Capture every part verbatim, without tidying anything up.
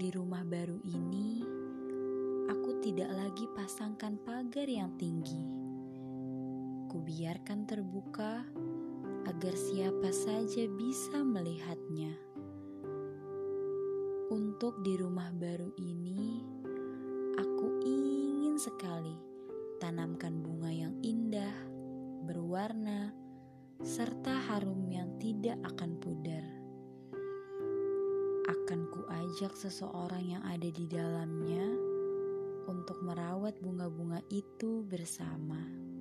di rumah baru ini, aku tidak lagi pasangkan pagar yang tinggi. Kubiarkan terbuka agar siapa saja bisa melihatnya. Untuk di rumah baru ini, aku ingin sekali tanamkan bunga yang indah, berwarna, serta harum yang tidak akan pudar. Akan kuajak seseorang yang ada di dalamnya untuk merawat bunga-bunga itu bersama.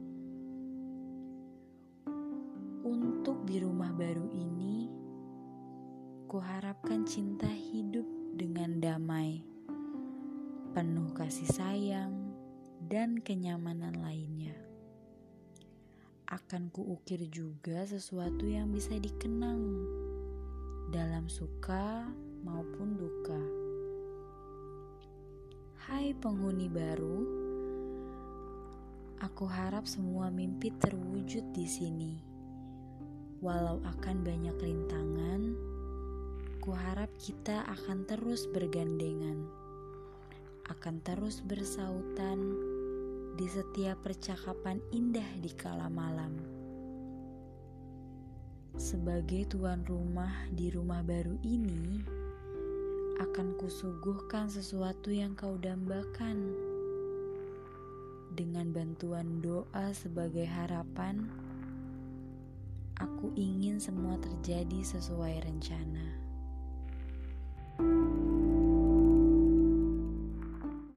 Untuk di rumah baru ini, kuharapkan cinta hidup dengan damai, penuh kasih sayang dan kenyamanan lainnya. Akan kuukir juga sesuatu yang bisa dikenang dalam suka maupun duka. Hai penghuni baru, aku harap semua mimpi terwujud di sini. Walau akan banyak rintangan, kuharap kita akan terus bergandengan, akan terus bersautan di setiap percakapan indah di kala malam. Sebagai tuan rumah di rumah baru ini, akan kusuguhkan sesuatu yang kau dambakan. Dengan bantuan doa sebagai harapan, aku ingin semua terjadi sesuai rencana.